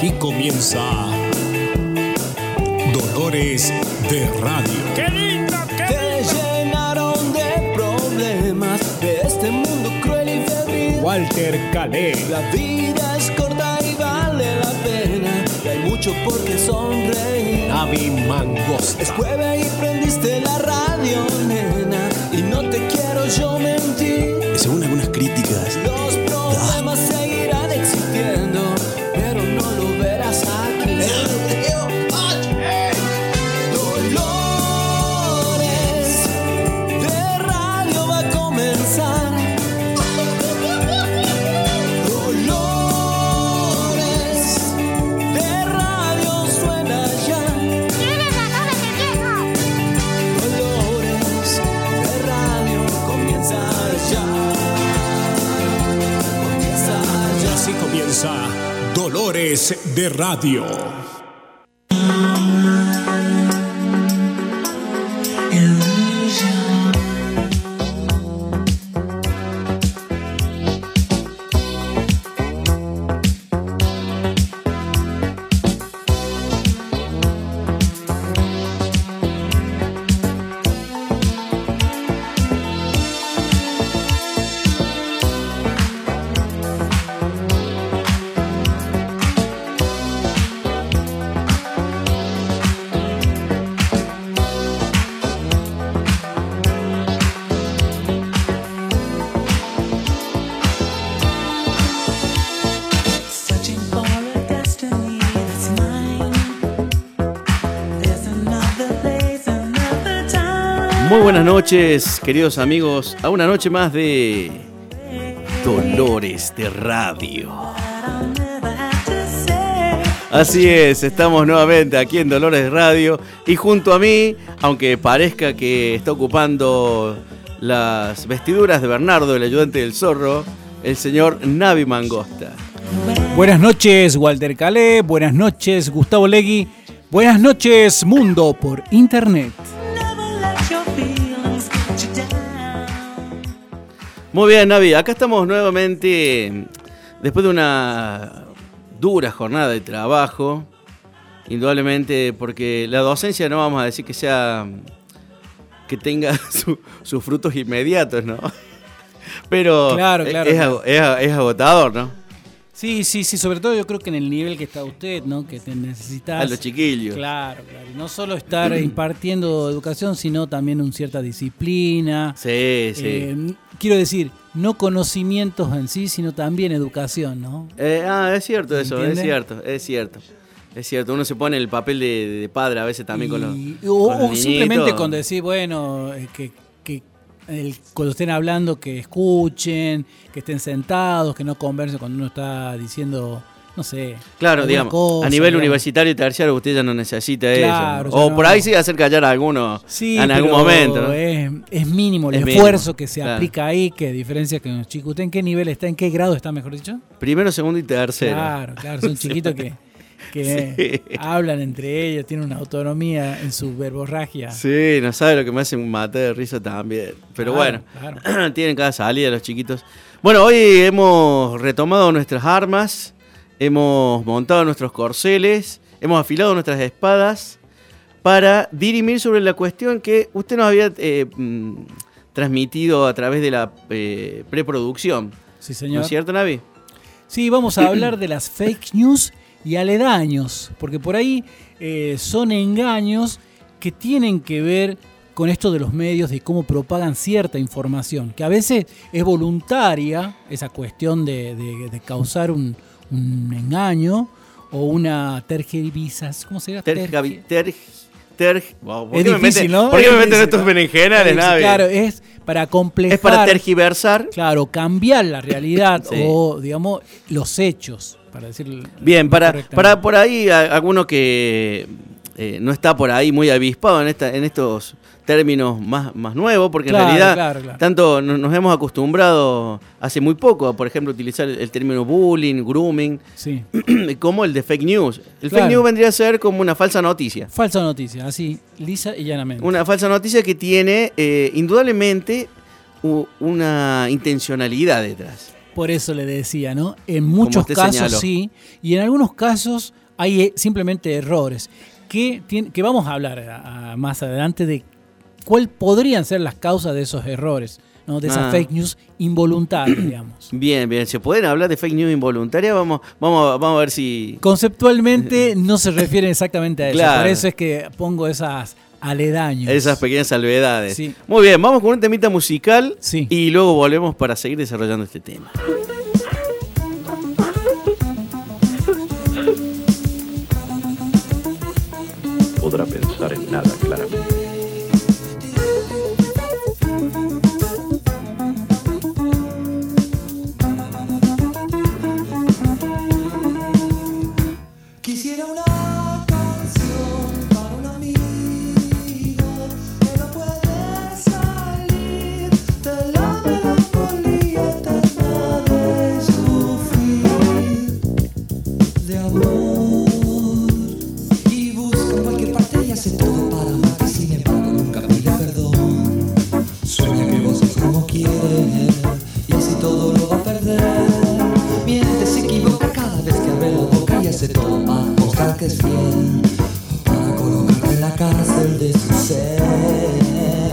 Aquí comienza Dolores de Radio. ¡Qué lindo! Te llenaron de problemas de este mundo cruel y febril. Walter Calé. La vida es corta y vale la pena, y hay mucho por qué sonreír. Navi Mangosta. Es jueves y prendiste la radio, nena, y no te quiero yo mentir. Según algunas críticas, Los problemas seguirán existiendo, pero no lo verás aquí. Dolores de Radio va a comenzar. Dolores de Radio suena ya. Dolores de Radio comienza ya. Y así comienza Dolores de Radio. Muy buenas noches, queridos amigos, a una noche más de Dolores de Radio. Así es, estamos nuevamente aquí en Dolores de Radio y junto a mí, aunque parezca que está ocupando las vestiduras de Bernardo, el ayudante del zorro, el señor Navi Mangosta. Buenas noches, Walter Calé. Buenas noches, Gustavo Legui. Buenas noches, mundo por internet. Muy bien, Navi, acá estamos nuevamente después de una dura jornada de trabajo, indudablemente, porque la docencia no vamos a decir que sea que tenga sus frutos inmediatos, ¿no? Pero Claro. Es agotador, ¿no? Sí, sobre todo yo creo que en el nivel que está usted, ¿no? Que te necesitas. A los chiquillos. Claro. Y no solo estar impartiendo educación, sino también una cierta disciplina. Sí. Quiero decir, no conocimientos en sí, sino también educación, ¿no? Es cierto eso, ¿Entiende? es cierto. Uno se pone en el papel de padre a veces también con los O simplemente niñitos. con decir, bueno, cuando estén hablando que escuchen, que estén sentados, que no conversen cuando uno está diciendo, no sé. Claro, alguna digamos, cosa, a nivel digamos. universitario y terciario usted ya no necesita Claro, eso. ya O no. por ahí sí hacer callar a algunos Sí, en algún pero momento, ¿no? es mínimo el Es esfuerzo mínimo, que se claro. aplica ahí, que diferencia que los chicos. ¿Usted en qué nivel está? ¿En qué grado está, mejor dicho? Primero, segundo y tercero. Claro, son chiquitos que Sí. hablan entre ellos, tienen una autonomía en su verborragia. Sí, no sabe lo que me hace un mate de risa también. Pero Claro, bueno, tienen cada salida los chiquitos. Bueno, hoy hemos retomado nuestras armas, hemos montado nuestros corceles, hemos afilado nuestras espadas para dirimir sobre la cuestión que usted nos había transmitido a través de la preproducción. Sí, ¿No señor. es cierto, Navi? Sí, vamos a hablar de las fake news y aledaños, porque por ahí son engaños que tienen que ver con esto de los medios, de cómo propagan cierta información, que a veces es voluntaria, esa cuestión de causar un engaño o una tergiversación, ¿cómo se llama? Wow, ¿por Es qué me difícil, meten- ¿no? ¿Por qué Es me meten difícil, estos ¿no? berenjenales, Navi? Claro, es para complejar. Es para tergiversar. Claro, cambiar la realidad Sí. o, digamos, los hechos, para decir. Bien, para correctamente. por ahí alguno que no está por ahí muy avispado en estos términos más nuevos, porque Claro, en realidad claro. tanto nos hemos acostumbrado hace muy poco, por ejemplo, utilizar el término bullying, grooming, Sí. como el de fake news. El Claro. fake news vendría a ser como una falsa noticia. Falsa noticia, así, lisa y llanamente. Una falsa noticia que tiene indudablemente una intencionalidad detrás. Por eso le decía, ¿no? En muchos casos señaló. sí, y en algunos casos hay simplemente errores que vamos a hablar más adelante de cuál podrían ser las causas de esos errores, ¿no? De esas fake news involuntarias, digamos. Bien. ¿Se pueden hablar de fake news involuntarias? Vamos a ver si... Conceptualmente no se refieren exactamente a eso, Claro. por eso es que pongo esas aledaños. Esas pequeñas salvedades. Sí. Muy bien, vamos con un temita musical Sí. y luego volvemos para seguir desarrollando este tema. Podrá pensar en nada claramente. Quisiera una canción para un amigo que no puede salir de la melancolía eterna de sufrir de amor y busca en cualquier parte y hace todo para amarte, sin embargo nunca pide perdón. Sueña que vos sos como quieres y así todo lo va a perder. Miente, se equivoca cada vez que abre la boca y hace todo para mostrar que es fiel, para colocarte en la cárcel de su ser.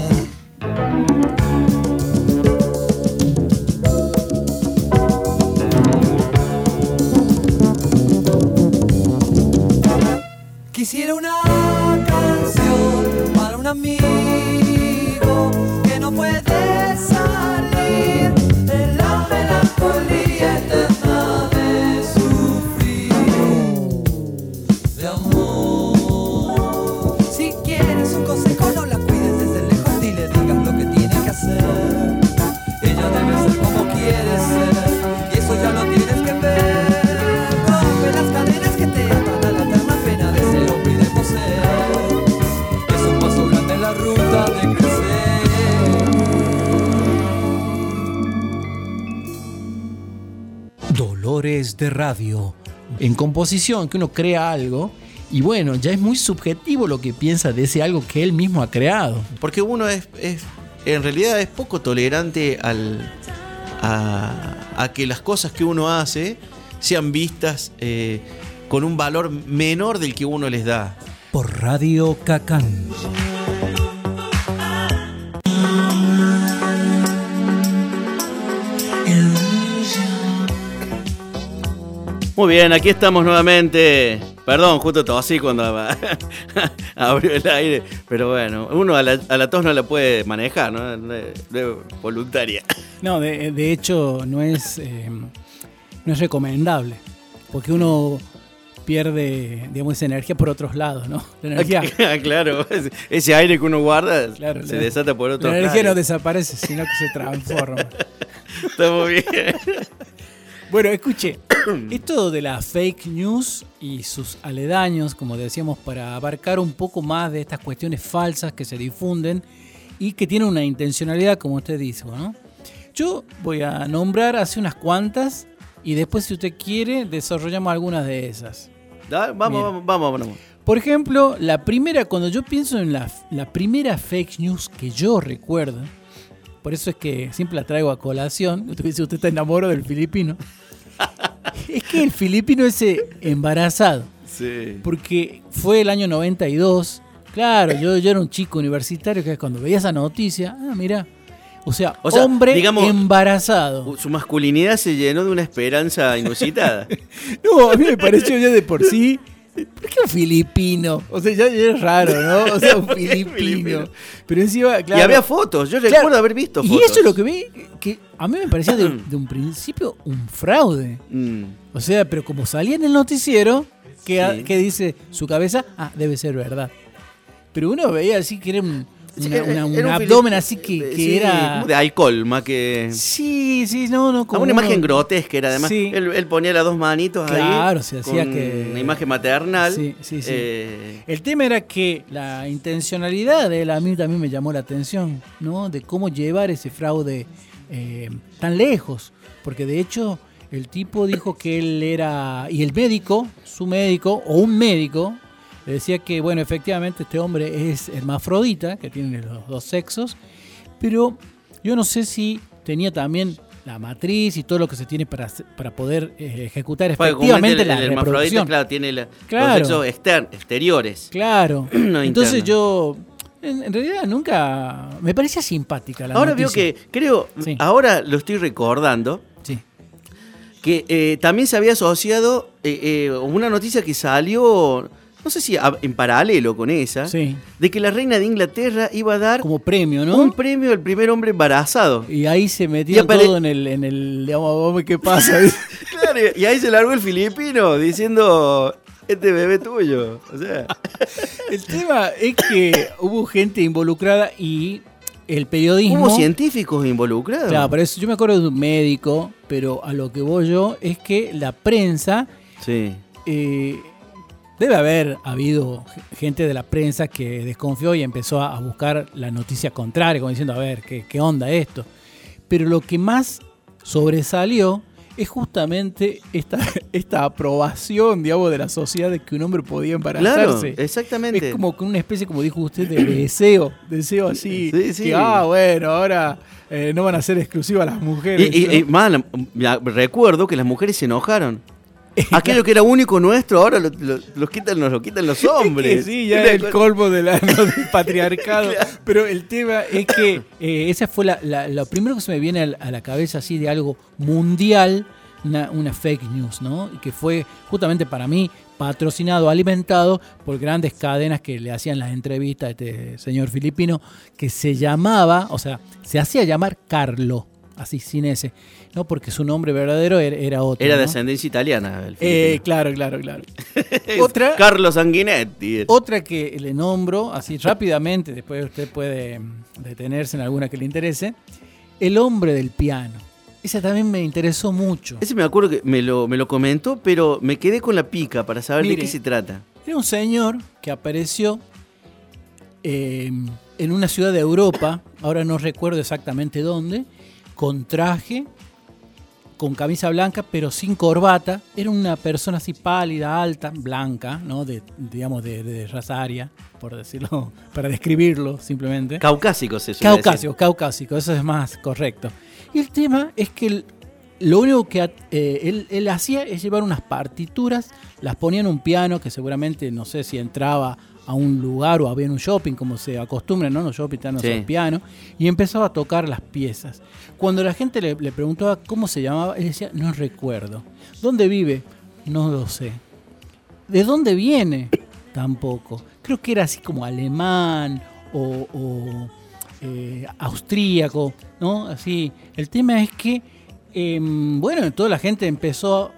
Quisiera una canción para un amigo que no puede salir de la melancolía eterna de sufrir de amor. Si quieres un consejo, no la cuides desde lejos, dile, digas lo que tiene que hacer. Ella debe ser como quiere ser y eso ya lo tienes que ver. Rompe las cadenas que te atan a la eterna pena de ser hombre y de poseer. Es un paso grande en la ruta de crecer. Dolores de radio. En composición, que uno crea algo y bueno, ya es muy subjetivo lo que piensa de ese algo que él mismo ha creado. Porque uno en realidad es poco tolerante a que las cosas que uno hace sean vistas con un valor menor del que uno les da. Por Radio Cacán. Muy bien, aquí estamos nuevamente. Perdón, justo tosí cuando abrió el aire. Pero bueno, uno a la tos no la puede manejar, ¿no? No es voluntaria. No, de hecho no es recomendable, porque uno pierde, digamos, esa energía por otros lados, ¿no? La energía, Claro, ese aire que uno guarda claro, se desata por otros la energía no lados. desaparece, sino que se transforma. Está muy bien. Bueno, escuche, esto de las fake news y sus aledaños, como decíamos, para abarcar un poco más de estas cuestiones falsas que se difunden y que tienen una intencionalidad, como usted dijo, ¿no? Yo voy a nombrar hace unas cuantas y después, si usted quiere, desarrollamos algunas de esas. Vamos. Por ejemplo, la primera, cuando yo pienso en la primera fake news que yo recuerdo, por eso es que siempre la traigo a colación. Usted dice, usted está enamorado del filipino. Es que el filipino es embarazado. Sí. Porque fue el año 92. Claro, yo era un chico universitario que cuando veía esa noticia, mira. O sea, hombre, digamos, embarazado. Su masculinidad se llenó de una esperanza inusitada. No, a mí me pareció ya de por sí. ¿Por qué un filipino? O sea, ya es raro, ¿no? O sea, un filipino. Pero encima, claro. Y había fotos, yo recuerdo haber visto fotos. Y eso es lo que vi, que a mí me parecía de un principio un fraude. O sea, pero como salía en el noticiero, que dice su cabeza, debe ser verdad. Pero uno veía así que era un abdomen así que era... Como de alcohol, más que... Sí, no. Como una imagen grotesca era, además. Sí. Él ponía las dos manitos ahí. Claro, se hacía que... Una imagen maternal. Sí. El tema era que la intencionalidad de él a mí también me llamó la atención, ¿no? De cómo llevar ese fraude tan lejos. Porque de hecho el tipo dijo que él era... Y el médico, su médico, o un médico... Le decía que, bueno, efectivamente este hombre es hermafrodita, que tiene los dos sexos, pero yo no sé si tenía también la matriz y todo lo que se tiene para poder ejecutar Porque efectivamente comúnmente la el hermafrodita, reproducción. claro, tiene los Claro. sexos exteriores. Claro. No Entonces internos. yo, en realidad nunca, me parecía simpática la Ahora veo noticia. que, creo, Sí. ahora lo estoy recordando, Sí. que también se había asociado una noticia que salió, no sé si en paralelo con esa, Sí. de que la reina de Inglaterra iba a dar Como premio, ¿no? un premio al primer hombre embarazado. Y ahí se metieron apare- todo en el, digamos, vamos, ¿qué pasa? Claro, y ahí se largó el filipino diciendo, este bebé es tuyo. O sea, El tema es que hubo gente involucrada y el periodismo... hubo científicos involucrados. Claro, por eso yo me acuerdo de un médico, pero a lo que voy yo es que la prensa... Sí. Debe haber habido gente de la prensa que desconfió y empezó a buscar la noticia contraria, como diciendo, a ver, ¿qué onda esto? Pero lo que más sobresalió es justamente esta aprobación, digamos, de la sociedad de que un hombre podía Claro, embarazarse. exactamente. Es como que una especie, como dijo usted, de deseo así. Sí, sí. Que, bueno, ahora no van a ser exclusivas las mujeres. ¿no? Y más, recuerdo que las mujeres se enojaron. Aquello que era único nuestro, ahora nos lo quitan los hombres. Es que sí, ya es el colmo del patriarcado. Pero el tema es que esa fue lo primero que se me viene a la cabeza así de algo mundial, una fake news, ¿no? Y que fue justamente para mí patrocinado, alimentado por grandes cadenas que le hacían las entrevistas a este señor filipino que se llamaba, o sea, se hacía llamar Carlo, así sin ese, ¿no? Porque su nombre verdadero era otro. Era ¿no? de ascendencia italiana. El filipino. Claro. Otra, Carlo Sanguinetti. otra que le nombro así rápidamente, después usted puede detenerse en alguna que le interese, El hombre del piano. Esa también me interesó mucho. Ese me acuerdo que me lo comentó, pero me quedé con la pica para saber Mire, de qué se trata. Era un señor que apareció en una ciudad de Europa, ahora no recuerdo exactamente dónde, con traje, con camisa blanca, pero sin corbata. Era una persona así pálida, alta, blanca, ¿no? Digamos de raza aria, por decirlo, para describirlo simplemente. Caucásicos se suele decir. Caucásico, eso es más correcto. Y el tema es que lo único que él hacía es llevar unas partituras, las ponía en un piano que seguramente, no sé si entraba a un lugar o había en un shopping, como se acostumbra, ¿no? Los shopping no Sí. son piano, y empezaba a tocar las piezas. Cuando la gente le preguntaba cómo se llamaba, él decía, no recuerdo. ¿Dónde vive? No lo sé. ¿De dónde viene? Tampoco. Creo que era así como alemán o austríaco, ¿no? Así. El tema es que, bueno, toda la gente empezó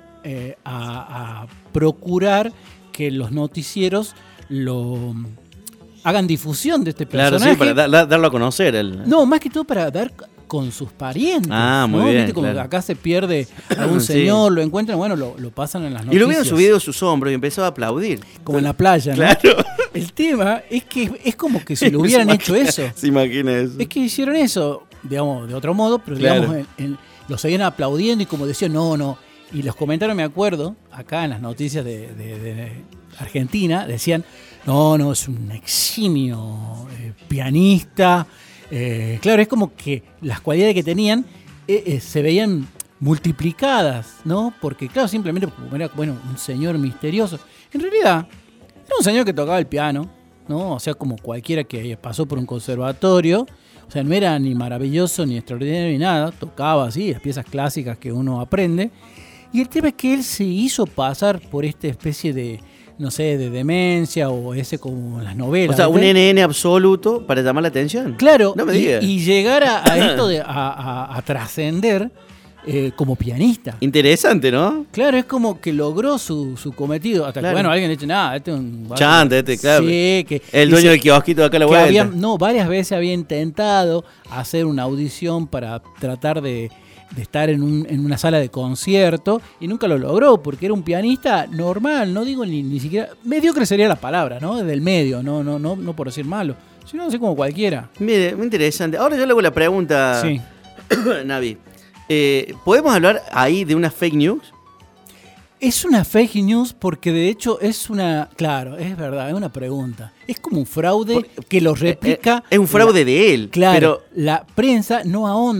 a procurar que los noticieros lo hagan difusión de este Claro, personaje. sí, para darlo a conocer. No, más que todo para dar con sus parientes. Ah, muy ¿no? bien, ¿Viste? Como claro. que acá se pierde algún Sí. señor, lo encuentran, bueno, lo pasan en las Y noticias. lo hubieran subido a sus hombros y empezó a aplaudir. Como en la playa, ¿no? Claro. El tema es que es como que si lo hubieran hecho eso. Se imagina eso. Es que hicieron eso, digamos, de otro modo, pero Claro. digamos, lo seguían aplaudiendo y como decían, no. Y los comentarios, me acuerdo, acá en las noticias de Argentina, decían, no, es un eximio pianista. Claro, es como que las cualidades que tenían se veían multiplicadas, ¿no? Porque, claro, simplemente como era, bueno, un señor misterioso. En realidad, era un señor que tocaba el piano, ¿no? O sea, como cualquiera que pasó por un conservatorio. O sea, no era ni maravilloso, ni extraordinario, ni nada. Tocaba así, las piezas clásicas que uno aprende. Y el tema es que él se hizo pasar por esta especie de, no sé, de demencia o ese como en las novelas. O sea, un ¿viste? NN absoluto para llamar la atención. Claro, No me digas. y llegar a esto de a trascender como pianista. Interesante, ¿no? Claro, es como que logró su cometido. Hasta Claro. que, bueno, alguien le dice, nada, este es un... Chanta, claro. Sí, que... El y dueño se- del kiosquito de acá a la que vuelta. varias veces había intentado hacer una audición para tratar de estar en una sala de concierto y nunca lo logró porque era un pianista normal, no digo ni siquiera... Mediocre sería la palabra, ¿no? Del medio, no por decir malo, sino así como cualquiera. Mire, muy interesante. Ahora yo le hago la pregunta, Sí. Navi. ¿Podemos hablar ahí de una fake news? Es una fake news porque de hecho es una... Claro, es verdad, es una pregunta. Es como un fraude que lo replica... Es un fraude de él. Claro, Pero la prensa no ahonda.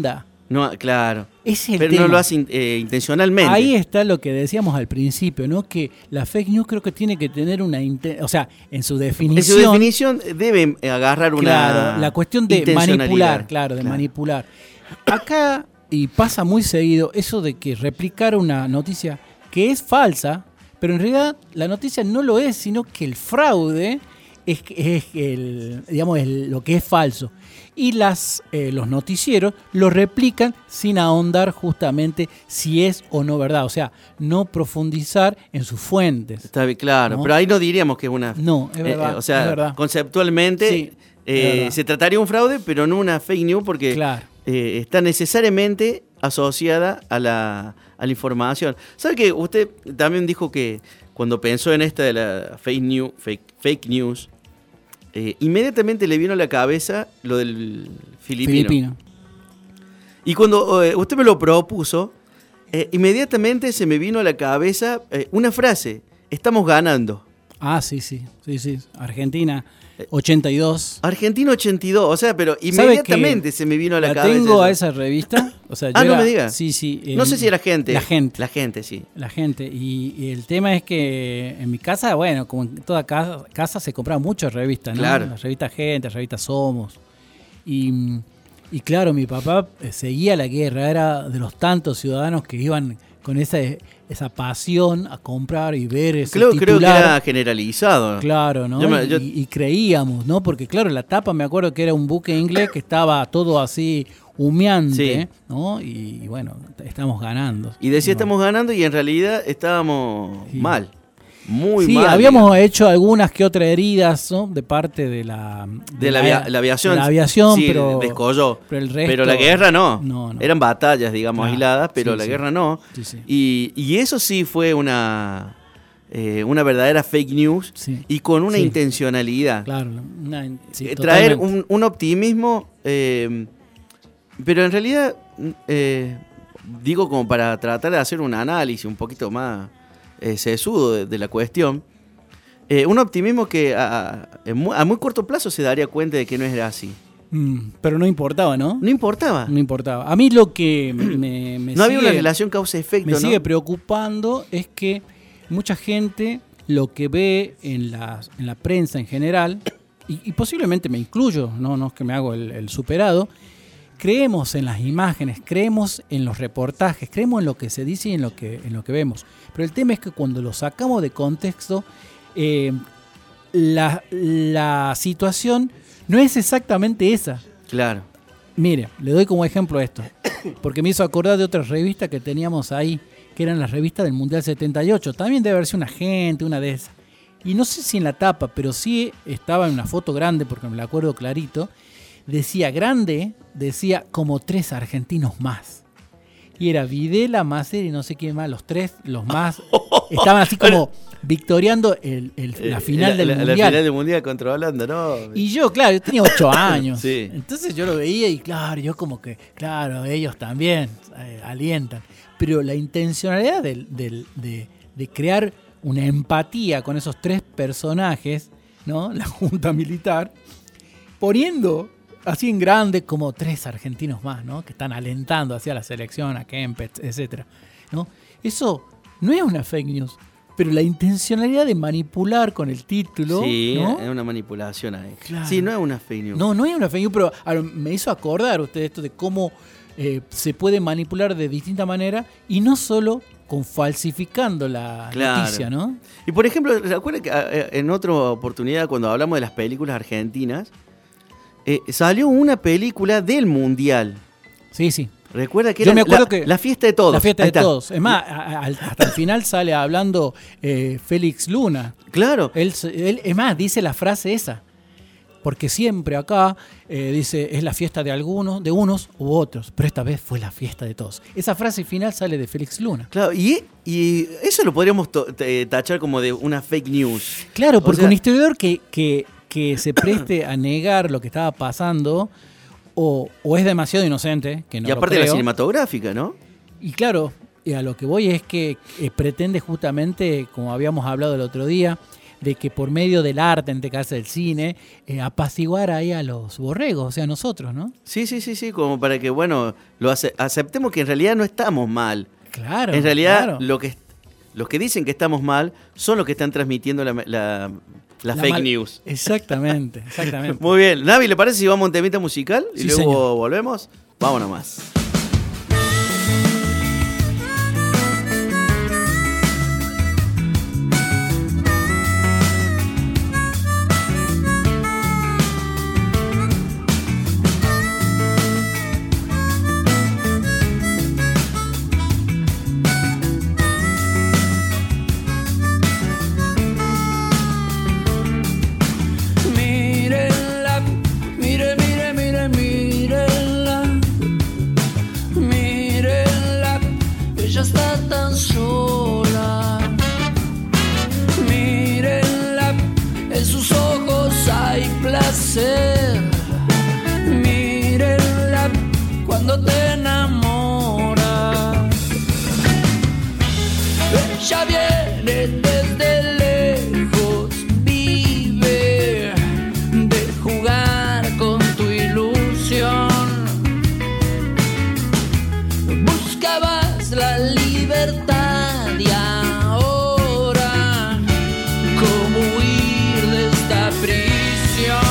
No, claro. Ese es el Pero tema. no lo hace intencionalmente. Ahí está lo que decíamos al principio, ¿no? Que la fake news creo que tiene que tener o sea, en su En definición. su definición debe agarrar una Claro, la cuestión de intencionalidad. manipular, claro, de manipular. Acá, y pasa muy seguido, eso de que replicar una noticia que es falsa, pero en realidad la noticia no lo es, sino que el fraude es lo que es falso. Y los noticieros lo replican sin ahondar justamente si es o no verdad. O sea, no profundizar en sus fuentes. Está bien, claro, ¿No? pero ahí no diríamos que es una... No, es verdad. o sea, es verdad. conceptualmente Sí, es verdad. se trataría de un fraude, pero no una fake news porque Claro. está necesariamente asociada a la información. ¿Sabe que usted también dijo que cuando pensó en esta de la fake news, inmediatamente le vino a la cabeza lo del filipino? Y cuando usted me lo propuso, inmediatamente se me vino a la cabeza una frase: estamos ganando. Ah, sí. Argentina, 82. Argentina 82, o sea, pero ¿Sabe inmediatamente qué? se me vino a la La cabeza. tengo a eso. esa revista. O sea, No me diga. Sí. No sé si era gente. La gente. La gente, sí. La gente. Y el tema es que en mi casa, bueno, como en toda casa se compraban muchas revistas, ¿no? Claro. La revista Gente, la revista Somos. Y claro, mi papá seguía la guerra, era de los tantos ciudadanos que iban con esa pasión a comprar y ver ese Creo que titular. era generalizado. Claro, ¿no? Y creíamos, ¿no? Porque claro, la tapa me acuerdo que era un buque inglés que estaba todo así humeante, Sí. ¿no? Y bueno, estamos ganando. Y decía ¿no? estamos ganando y en realidad estábamos Sí. mal. Muy Sí, mal. habíamos digamos. hecho algunas que otras heridas, ¿no? De parte de la aviación. de la aviación, sí, pero descolló. pero el resto- Pero la guerra no. No. Eran batallas, digamos, Claro, aisladas, pero sí, la sí. guerra no. Sí. Y eso sí fue una verdadera fake news Sí. y con una Sí. intencionalidad. Claro, sí, Traer totalmente. un optimismo, pero en realidad, digo como para tratar de hacer un análisis un poquito más sesudo de la cuestión, un optimismo que a muy corto plazo se daría cuenta de que no era así. Pero no importaba, ¿no? No importaba. No importaba. A mí lo que me No había sigue- una relación causa-efecto, me ¿no? sigue preocupando es que mucha gente lo que ve en la prensa en general, y posiblemente me incluyo, no es que me hago el superado, creemos en las imágenes, creemos en los reportajes, creemos en lo que se dice y en lo que vemos. Pero el tema es que cuando lo sacamos de contexto, la situación no es exactamente esa. Claro. Mire, le doy como ejemplo esto, porque me hizo acordar de otras revistas que teníamos ahí, que eran las revistas del Mundial 78. También debe haber sido una gente, una de esas. Y no sé si en la tapa, pero sí estaba en una foto grande, porque me la acuerdo clarito. Decía como 3 argentinos más. Y era Videla, Maceri y no sé quién más, los más. Estaban así como victoriando la final del Mundial. La final del Mundial contra Holanda, ¿no? Y yo, claro, yo tenía 8 años. Sí. Entonces yo lo veía y claro, yo como que, claro, ellos también alientan. Pero la intencionalidad de crear una empatía con esos 3 personajes, ¿no? La Junta Militar, poniendo así en grande como 3 argentinos más, ¿no? Que están alentando hacia la selección, a Kempes, etcétera, ¿no? Eso no es una fake news. Pero la intencionalidad de manipular con el título, Sí, ¿no? es una manipulación ahí. Claro. Sí, no es una fake news. No es una fake news, pero me hizo acordar usted esto de cómo se puede manipular de distinta manera y no solo con falsificando la Claro. noticia, ¿no? Y por ejemplo, ¿recuerda que en otra oportunidad cuando hablamos de las películas argentinas, salió una película del Mundial? Sí. Recuerda que Yo era me acuerdo que la fiesta de todos. La fiesta Ahí de está. todos. Es más, hasta el final sale hablando Félix Luna. Claro. Él, es más, dice la frase esa. Porque siempre acá dice, es la fiesta de algunos, de unos u otros. Pero esta vez fue la fiesta de todos. Esa frase final sale de Félix Luna. Claro, y eso lo podríamos tachar como de una fake news. Claro, O porque sea- un historiador que se preste a negar lo que estaba pasando o es demasiado inocente, que no y lo aparte de la creo. cinematográfica, ¿no? Y claro, a lo que voy es que pretende justamente, como habíamos hablado el otro día, de que por medio del arte, en este caso del cine, apaciguar ahí a los borregos, o sea, a nosotros, ¿no? Sí, como para que, bueno, aceptemos que en realidad no estamos mal. Claro. En realidad, claro. los que dicen que estamos mal son los que están transmitiendo la fake news. Exactamente. Muy bien. Navi, ¿le parece si vamos a un temita musical y Sí, luego señor. volvemos? Vámonos más. Mírenla, mire, mire, mire, mírenla, mírenla, ella está tan sola. Mírenla, en sus ojos hay placer. Mírenla, cuando te enamoras. Ella viene desde lejos, vive de jugar con tu ilusión. Buscabas la libertad y ahora, ¿cómo huir de esta prisión?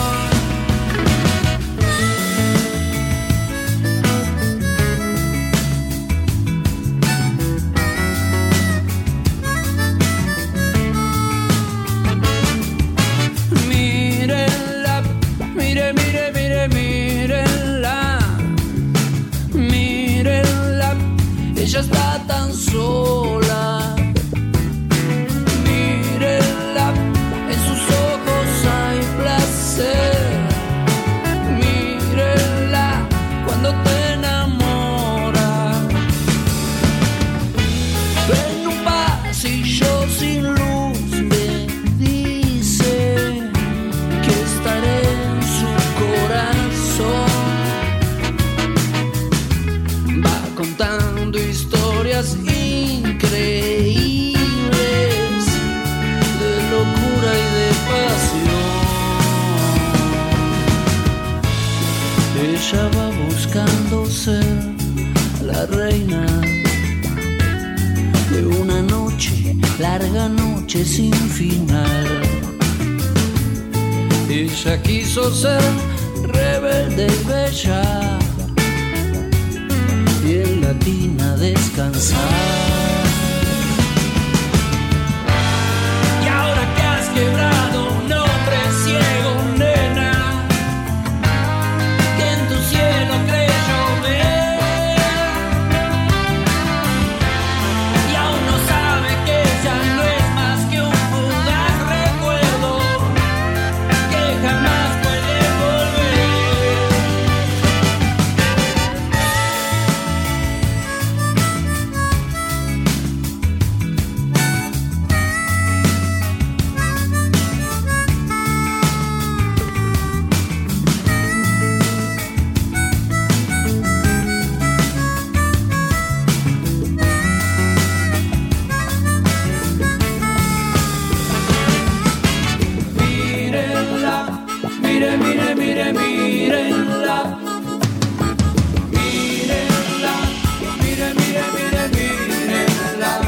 Mírenla, mire, mire, mire, mírenla, mírenla, ella está tan sola. Mírenla, en sus ojos hay placer. Mírenla, cuando te enamoras. En un pasillo sin luz me dice que estaré en su corazón. Va contando historias increíbles de locura y de pasión. Ella va buscando ser la reina de una noche, larga noche sin final. Ella quiso ser rebelde y bella y en la tina descansar. Y ahora que has quebrado un hombre ciego, nena, que en tu cielo creyó ver, y aún no sabe que ya no es más que un fugaz recuerdo que jamás puede volver. Mírenla, mire, mire, mire, mírenla. Mírenla, mire, mire, mire, mírenla.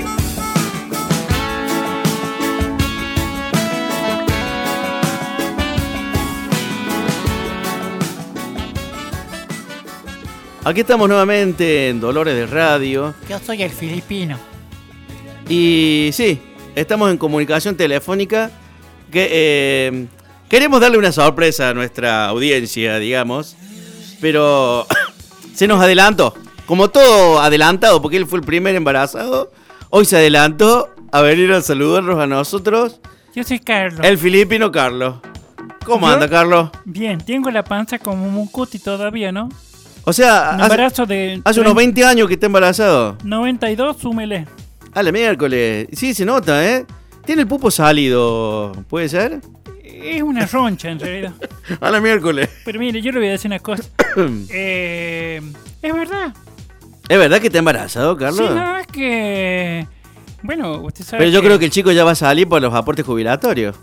Aquí estamos nuevamente en Dolores de Radio. Yo soy el filipino. Y sí, estamos en comunicación telefónica. Que queremos darle una sorpresa a nuestra audiencia, digamos. Pero se nos adelantó. Como todo adelantado, porque él fue el primer embarazado. Hoy se adelantó a venir a saludarnos a nosotros. Yo soy Carlos. El filipino Carlos. ¿Cómo ¿Yo? anda, Carlos? Bien, tengo la panza como un cuti todavía, ¿no? O sea, Un embarazo de hace unos 20 años que está embarazado. 92, súmele. A la miércoles. Sí, se nota, ¿eh? Tiene el pupo salido, ¿puede ser? Es una roncha en realidad. A la miércoles. Pero mire, yo le voy a decir una cosa. Es verdad. ¿Es verdad que está embarazado, Carlos? Sí, nada más que Bueno, usted sabe. Pero yo creo que el chico ya va a salir por los aportes jubilatorios.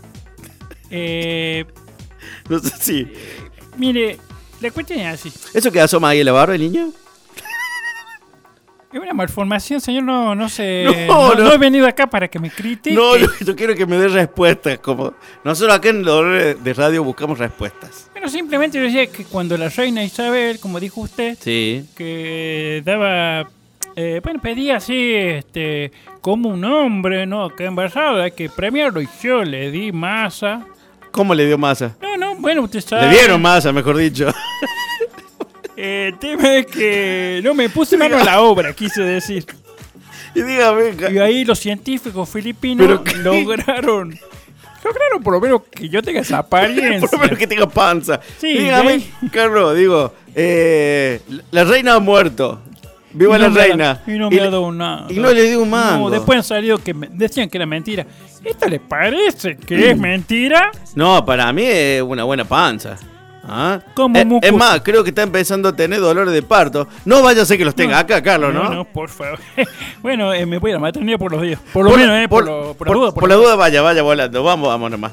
No sé si. Mire, la cuestión es así. ¿Eso que asoma ahí en la barra el niño? Es una malformación, señor. No sé. No, No he venido acá para que me critique. No, yo quiero que me dé respuestas. Como nosotros acá en Dolores de Radio buscamos respuestas. Bueno, simplemente yo decía que cuando la reina Isabel, como dijo usted, Sí. que daba. Bueno, pedía así, como un hombre, ¿no? Que embarazado, hay que premiarlo. Y yo le di masa. ¿Cómo le dio masa? No, bueno, usted sabe. Le dieron masa, mejor dicho. El tema es que no me puse mano a la obra, quise decir. Y dígame. Y ahí los científicos filipinos ¿Pero qué? lograron por lo menos que yo tenga esa apariencia. Por lo menos que tenga panza. Sí, Dígame, ¿eh? Carlos, digo, la reina ha muerto. Viva Y no la me ha- reina. Y no me ha dado nada. Y no le dio un mango. No, después han salido que decían que era mentira. ¿Esto le parece que es mentira? No, para mí es una buena panza. ¿Ah? Como es mucucho. más, creo que está empezando a tener dolores de parto. No vaya a ser que los tenga acá, Carlos, ¿no? No, por favor. Bueno, me voy a la maternidad por los días. Por lo menos, por la duda. Por la duda, vaya volando. Vamos nomás.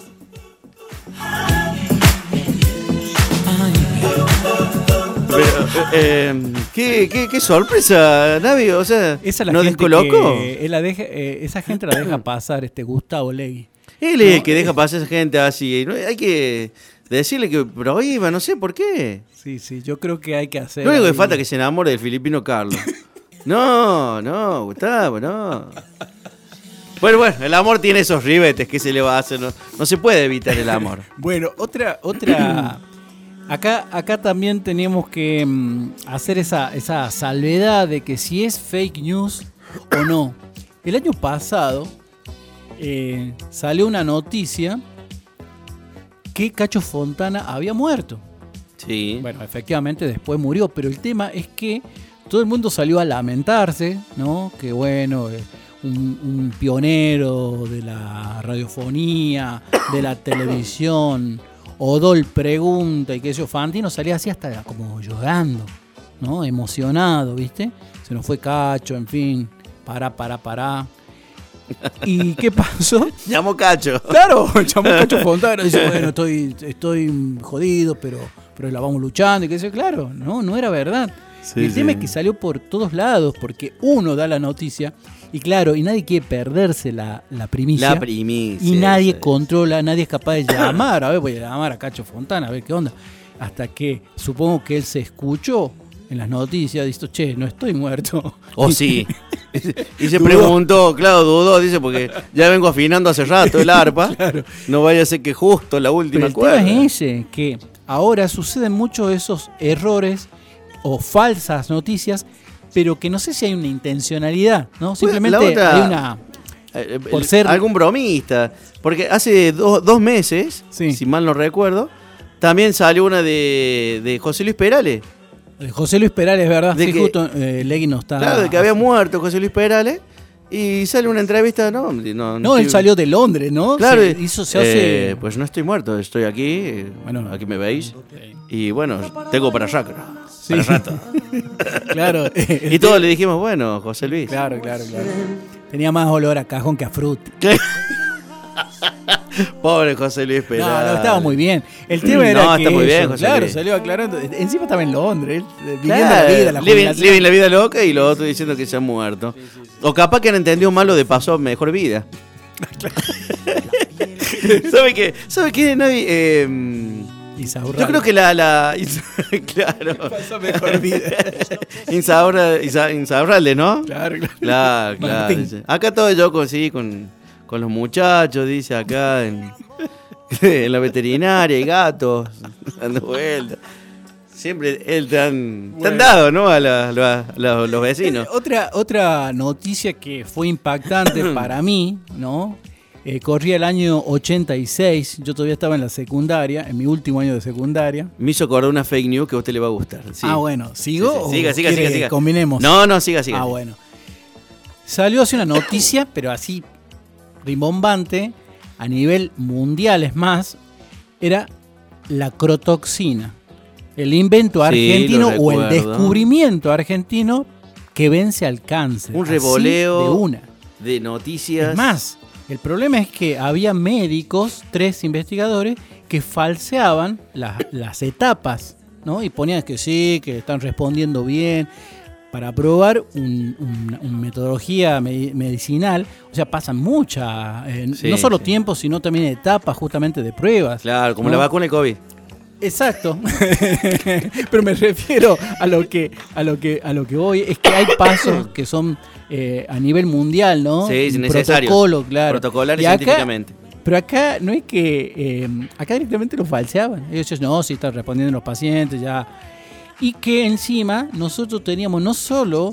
Pero, qué sorpresa, Navi. O sea, Esa es la ¿nos gente descolocó? que esa gente la deja pasar, Gustavo Legui. Él es el que deja pasar a esa gente así. ¿No? Hay que decirle que prohíba, no sé por qué. Sí, yo creo que hay que hacer. Lo único que ahí- falta es que se enamore del filipino Carlos. No, Gustavo, no. Bueno, el amor tiene esos ribetes que se le va a hacer. No se puede evitar el amor. Bueno, otra. Acá también teníamos que hacer esa salvedad de que si es fake news o no. El año pasado salió una noticia que Cacho Fontana había muerto. Sí. Bueno, efectivamente después murió, pero el tema es que todo el mundo salió a lamentarse, ¿no? Que bueno, un pionero de la radiofonía, de la televisión, Odol pregunta y que eso, Fantino salía así hasta como llorando, ¿no? Emocionado, ¿viste? Se nos fue Cacho, en fin, pará. ¿Y qué pasó? Llamó Cacho. Claro, llamó Cacho Fontana y dice, bueno, estoy jodido, pero la vamos luchando y qué sé yo. Claro, no era verdad. Sí, Y el tema sí. es que salió por todos lados, porque uno da la noticia, y claro, y nadie quiere perderse la primicia. La primicia. Y nadie esa es. controla, nadie es capaz de llamar. A ver, voy a llamar a Cacho Fontana, a ver qué onda. Hasta que supongo que él se escuchó en las noticias, dice, che, no estoy muerto. Oh, sí. Y se Dudó. preguntó, claro, dudó, dice, porque ya vengo afinando hace rato el arpa. Claro. No vaya a ser que justo la Pero última el cuerda. tema es ese, que ahora suceden muchos de esos errores o falsas noticias, pero que no sé si hay una intencionalidad, ¿no? Simplemente la otra- hay una... por ser- algún bromista. Porque hace 2 meses, Sí. si mal no recuerdo, también salió una de José Luis Perales. José Luis Perales, ¿verdad? De Sí, que- justo Legui no está... Claro, de que había muerto José Luis Perales. Y sale una entrevista, no, No, él salió de Londres, ¿no? Claro, Se hace... pues no estoy muerto, estoy aquí, Bueno. aquí me veis. Y bueno, tengo para rato. Sí. Para rato. Claro. Y todos le dijimos, bueno, José Luis. Claro. Tenía más olor a cajón que a frutti. Pobre José Luis Perales. No, estaba muy bien. El tema era No, que está muy bien, ellos, José claro, Luis. salió aclarando. Encima estaba en Londres, viviendo Claro, la vida, la jubilación. living la vida loca y los otros diciendo que se han muerto. O capaz que han entendido mal lo de pasó mejor vida. ¿Sabe qué, Navi? Yo creo que claro. pasó mejor vida. Insaurralde, ¿no? Claro. Claro. Martín. Dice. Acá todo yo con los muchachos, dice acá en la veterinaria, y gatos, dando vueltas. Siempre él te han dado, ¿no? A los vecinos. Otra noticia que fue impactante para mí, ¿no? Corría el año 86, yo todavía estaba en la secundaria, en mi último año de secundaria. Me hizo acordar una fake news que a usted le va a gustar. Sí. Ah, bueno, ¿sigo? Sí, o Siga. quiere combinemos? No, siga. Ah, bueno. Salió así una noticia, pero así rimbombante, a nivel mundial es más, era la crotoxina. El invento Sí, argentino lo o el recuerdo. descubrimiento argentino que vence al cáncer. Un así revoleo. de una. de noticias. Es más, el problema es que había médicos, 3 investigadores, que falseaban las etapas, ¿no? Y ponían que sí, que están respondiendo bien, para probar una metodología medicinal. O sea, pasan mucha, Sí, no solo sí. tiempo, sino también etapas justamente de pruebas. Claro, como ¿no? la vacuna del COVID. Exacto. Pero me refiero a lo que voy, es que hay pasos que son a nivel mundial, ¿no? Sí, es Un necesario. protocolo, claro. Protocolar y Y acá- científicamente. Pero acá no es que acá directamente lo falseaban. Ellos decían, no, sí están respondiendo los pacientes ya. Y que encima nosotros teníamos no solo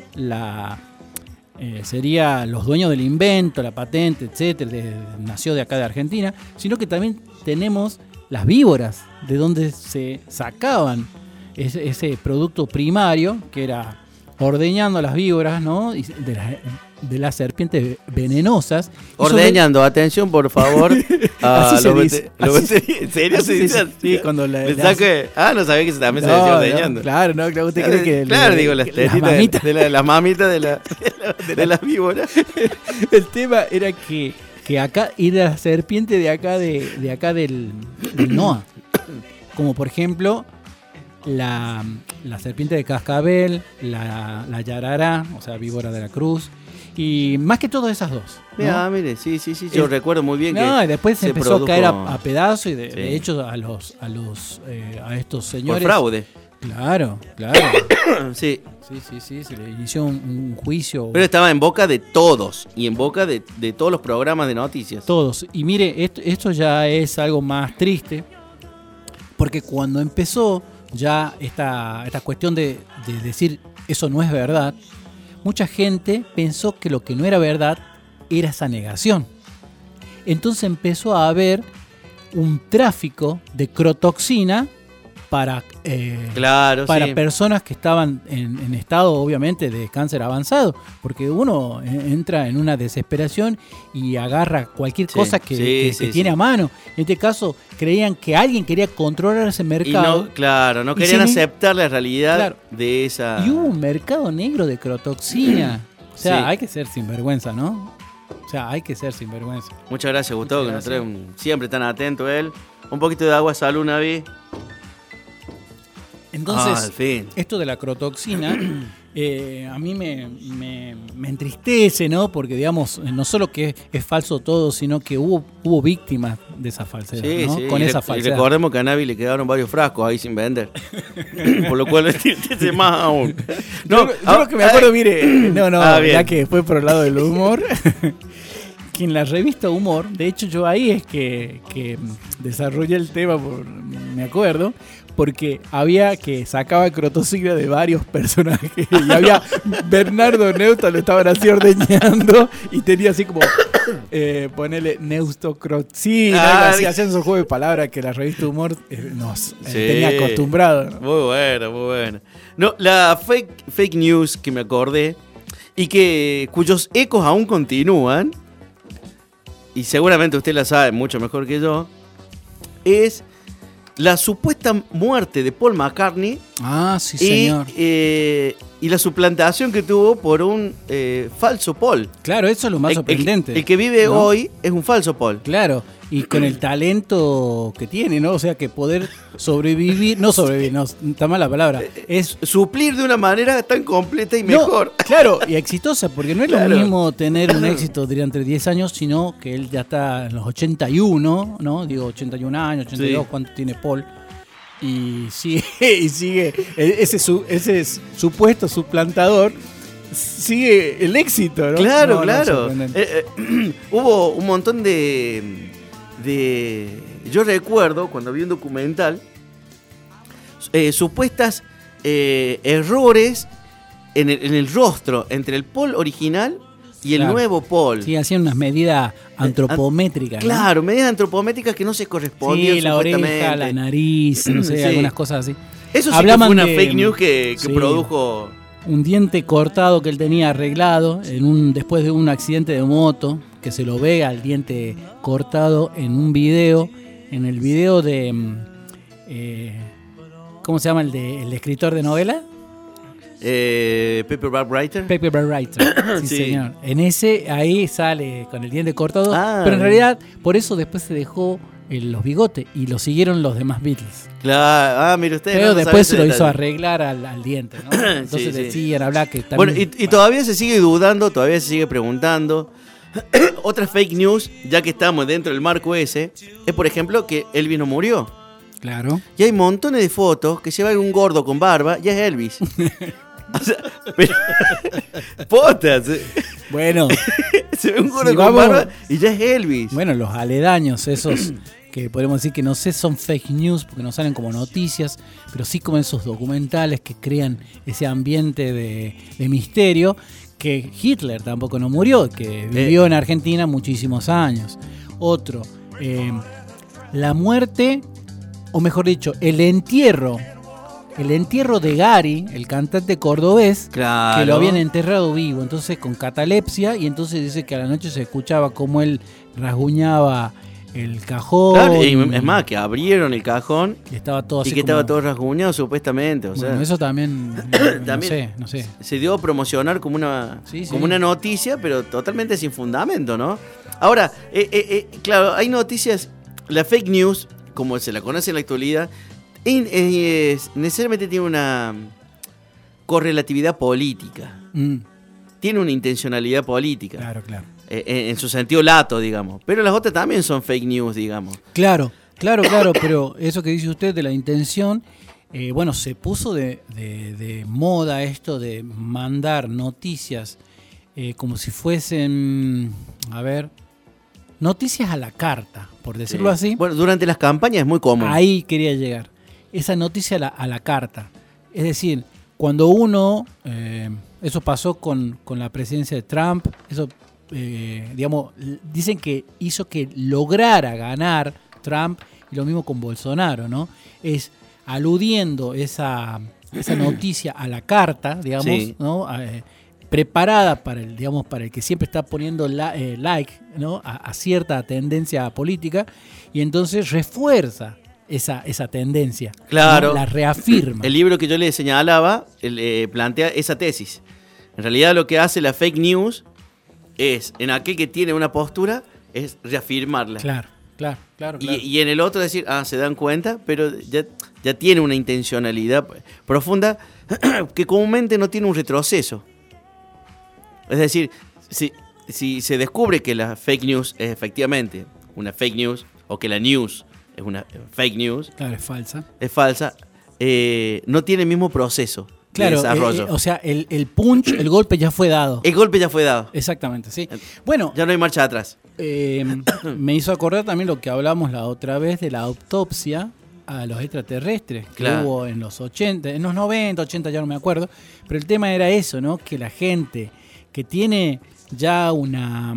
sería los dueños del invento, la patente, etcétera, nació de acá de Argentina, sino que también tenemos las víboras, de donde se sacaban ese producto primario, que era ordeñando las víboras, ¿no? Y de las serpientes venenosas. Y sobre- Ordeñando, atención por favor. Así se dice. ¿En serio se dice así? Sí, cuando Le saque- no sabía que también se decía ordeñando. claro, no, claro, usted cree que... Claro, digo, las tetitas mamitas. las mamitas de las víboras. El tema era que acá era la serpiente de acá del NOA. Como por ejemplo la serpiente de cascabel, la yarará, o sea, víbora de la cruz, y más que todo esas dos, ¿no? Mira, mire, sí, yo recuerdo muy bien que. No, y después se empezó produjo- a caer a pedazos y de Sí. hecho a estos Por señores. fraude. Claro. Sí. Sí, se le inició un juicio. Pero estaba en boca de todos y en boca de todos los programas de noticias. Todos. Y mire, esto ya es algo más triste, porque cuando empezó ya esta cuestión de decir eso no es verdad, mucha gente pensó que lo que no era verdad era esa negación. Entonces empezó a haber un tráfico de crotoxina para Claro, sí. personas que estaban en estado, obviamente, de cáncer avanzado, porque uno entra en una desesperación y agarra cualquier Sí, cosa que sí, tiene sí. a mano. En este caso, creían que alguien quería controlar ese Y mercado. no Y querían se- aceptar la realidad Claro. de esa. Y hubo un mercado negro de crotoxina. O sea, Sí. hay que ser sinvergüenza, ¿no? O sea, hay que ser sinvergüenza. Muchas gracias, Gustavo, que nos Muchas trae siempre tan atento él. Un poquito de agua, salud, Navi. Entonces, Al fin. esto de la crotoxina a mí me entristece, ¿no? Porque, digamos, no solo que es falso todo, sino que hubo víctimas de esa falsedad, Sí, ¿no? sí. Con y esa y falsedad. recordemos que a Navi le quedaron varios frascos ahí sin vender. Por lo cual entristece más aún. Yo lo que me acuerdo, mire, bien. ya que fue por el lado del humor, que en la revista Humor, de hecho yo ahí es que desarrollé el tema, me acuerdo, porque sacaba crotoxina de varios personajes y había Bernardo Neusta, lo estaban así ordeñando y tenía así como ponerle neustocroxina, así hacían esos juegos de palabras que la revista Humor nos tenía acostumbrado, ¿no? Muy bueno, muy bueno. No, la fake news que me acordé y cuyos ecos aún continúan, y seguramente usted la sabe mucho mejor que yo, es la supuesta muerte de Paul McCartney Ah, sí, señor. y la suplantación que tuvo por un falso Paul. Claro, eso es lo más sorprendente. El que vive ¿no? hoy es un falso Paul. Claro, y con el talento que tiene, ¿no? O sea, que poder sobrevivir, no, está mal la palabra, es Suplir de una manera tan completa y no, mejor. claro, y exitosa, porque no es Claro. lo mismo tener un éxito durante 10 años, sino que él ya está en los 81, ¿no? Digo, 81 años, 82, Sí. ¿cuánto tiene Paul? Y sigue ese supuesto suplantador, sigue el éxito, ¿no? Claro, No, claro. sorprendente. Hubo un montón de... Yo recuerdo, cuando vi un documental, supuestas errores en el rostro entre el Paul original y el Claro. nuevo Paul. Sí, hacían unas medidas antropométricas, ¿no? Claro, medidas antropométricas que no se correspondían Sí, la supuestamente. oreja, la nariz, no sé, Sí. algunas cosas así. Eso sí que Hablaban fue una de- fake news que sí. produjo... Un diente cortado que él tenía arreglado después de un accidente de moto, que se lo ve al diente cortado en un video, en el video de... ¿cómo se llama el de escritor de novela? Paperback Writer. Paperback Writer. Sí, Sí. señor. En ese, ahí sale con el diente cortado. Ah. Pero en realidad, por eso después se dejó los bigotes y lo siguieron los demás Beatles. Claro, mire usted. Pero no después sabe se lo ese hizo detalle. arreglar al diente, ¿no? Entonces Sí, sí. decían, hablar que también... Bueno, y todavía se sigue dudando, todavía se sigue preguntando. Otra fake news, ya que estamos dentro del marco ese, es por ejemplo que Elvis no murió. Claro. Y hay montones de fotos que se va un gordo con barba y es Elvis. O sea, pero, potas, Bueno, se ve un gordo Si con vamos- barba y ya es Elvis. bueno, los aledaños esos que podemos decir que no sé son fake news porque no salen como noticias, pero sí como esos documentales que crean ese ambiente de misterio, que Hitler tampoco no murió, que vivió en Argentina muchísimos años. Otro, la muerte, o mejor dicho, el entierro de Gary, el cantante cordobés, Claro. que lo habían enterrado vivo, entonces con catalepsia, y entonces dice que a la noche se escuchaba como él rasguñaba el cajón. Claro, y es más, que abrieron el cajón y estaba todo así y que como- estaba todo rasguñado supuestamente. O sea, Bueno, eso también, También- no sé. se dio a promocionar como una, Sí, sí. como una noticia, pero totalmente sin fundamento, ¿no? Ahora, claro, hay noticias, la fake news, como se la conoce en la actualidad, necesariamente tiene una correlatividad política, tiene una intencionalidad política, Claro, claro. en su sentido lato, digamos, pero las otras también son fake news, digamos. Claro, pero eso que dice usted de la intención, bueno, se puso de moda esto de mandar noticias como si fuesen, a ver, noticias a la carta, por decirlo así. Bueno, durante las campañas es muy común. Ahí quería llegar. Esa noticia a la carta. Es decir, cuando uno, eso pasó con la presidencia de Trump, eso, digamos, dicen que hizo que lograra ganar Trump, y lo mismo con Bolsonaro, ¿no? Es aludiendo esa noticia a la carta, digamos, Sí. ¿no? Preparada para el, digamos, para el que siempre está poniendo like, ¿no? a cierta tendencia política, y entonces refuerza esa tendencia. Claro. ¿no? La reafirma. El libro que yo le señalaba plantea esa tesis. En realidad lo que hace la fake news es, en aquel que tiene una postura, es reafirmarla. Claro. Y en el otro decir, se dan cuenta, pero ya tiene una intencionalidad profunda que comúnmente no tiene un retroceso. Es decir, si se descubre que la fake news es efectivamente una fake news, o que la news es una fake news, Claro, es falsa. es falsa, no tiene el mismo proceso Claro, de desarrollo. o sea, el punch, el golpe ya fue dado. El golpe ya fue dado, Exactamente, sí. Bueno, ya no hay marcha atrás. me hizo acordar también lo que hablamos la otra vez de la autopsia a los extraterrestres que Claro. hubo en los 80, en los 90, 80, ya no me acuerdo. Pero el tema era eso, ¿no? Que la gente que tiene ya una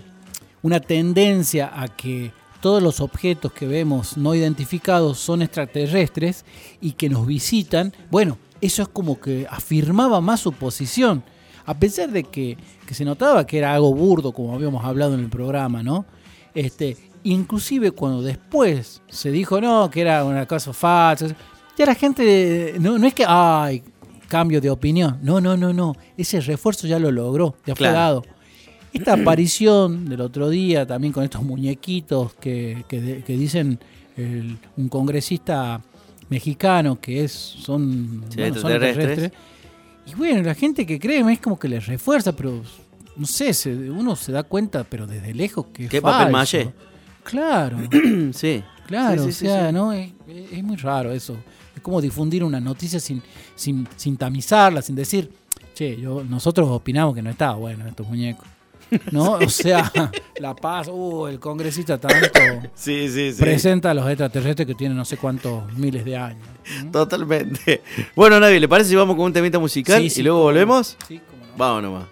tendencia a que todos los objetos que vemos no identificados son extraterrestres y que nos visitan, bueno, eso es como que afirmaba más su posición, a pesar de que se notaba que era algo burdo, como habíamos hablado en el programa, ¿no? Inclusive cuando después se dijo no, que era una cosa falsa, ya la gente, no es que, cambio de opinión, no, ese refuerzo ya lo logró, ya fue Claro. dado. Esta aparición del otro día también con estos muñequitos que dicen un congresista mexicano que son extraterrestres. Y bueno, la gente que cree es como que les refuerza, pero no sé, uno se da cuenta, pero desde lejos que es ¿Qué falso. papel maché? Claro, Sí. claro, Sí, o sí, sea, sí. ¿no? Es muy raro eso. Es como difundir una noticia sin tamizarla, sin decir, che, nosotros opinamos que no está bueno estos muñecos. ¿No? O sea, La Paz, el congresista tanto Sí. presenta a los extraterrestres que tienen no sé cuántos miles de años. Totalmente. Bueno, Navi, ¿le parece si vamos con un temita musical Sí, y luego volvemos? Sí, cómo no. Vamos nomás.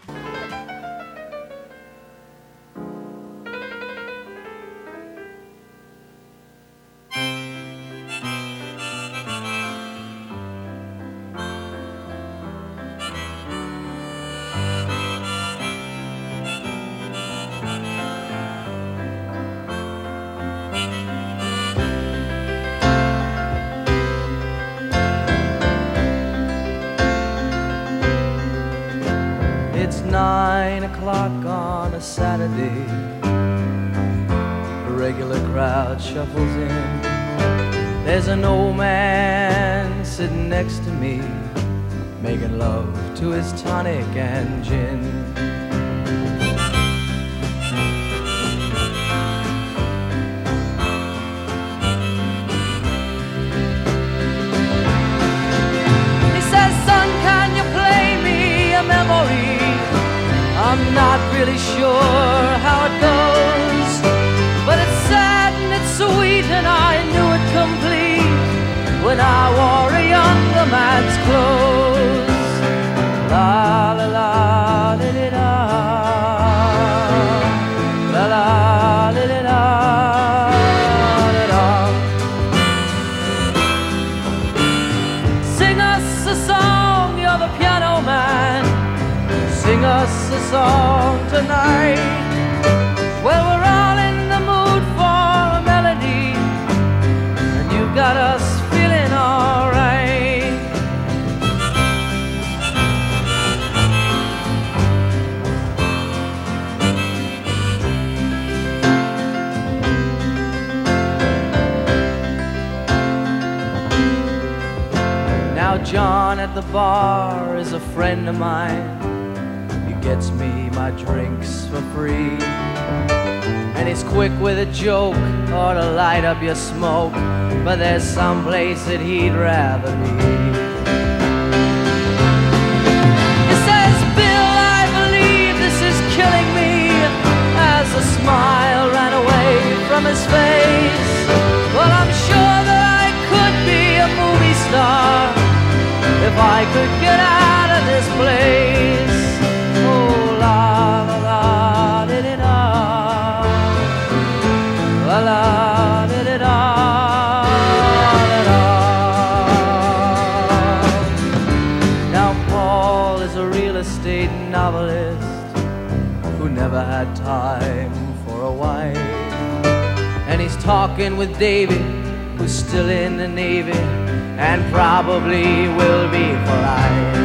o'clock on a Saturday, a regular crowd shuffles in. There's an old man sitting next to me, making love to his tonic and gin. He says, son, can you play me a memory? I'm not really sure how it goes, but it's sad and it's sweet and I knew it complete when I wore a younger man's clothes. La la la li li la, la la li li la, li la. Sing us a song, you're the piano man. Sing us a song tonight. Well, we're all in the mood for a melody, and you got us feeling alright. Now John at the bar is a friend of mine. He gets me my drinks for free, and he's quick with a joke or to light up your smoke, but there's some place that he'd rather be. He says, Bill, I believe this is killing me, as a smile ran away from his face. Well, I'm sure that I could be a movie star if I could get out of this place. Oh, la la la di di da, la la di di da, di da. Now Paul is a real estate novelist who never had time for a wife, and he's talking with David, who's still in the Navy and probably will be for life.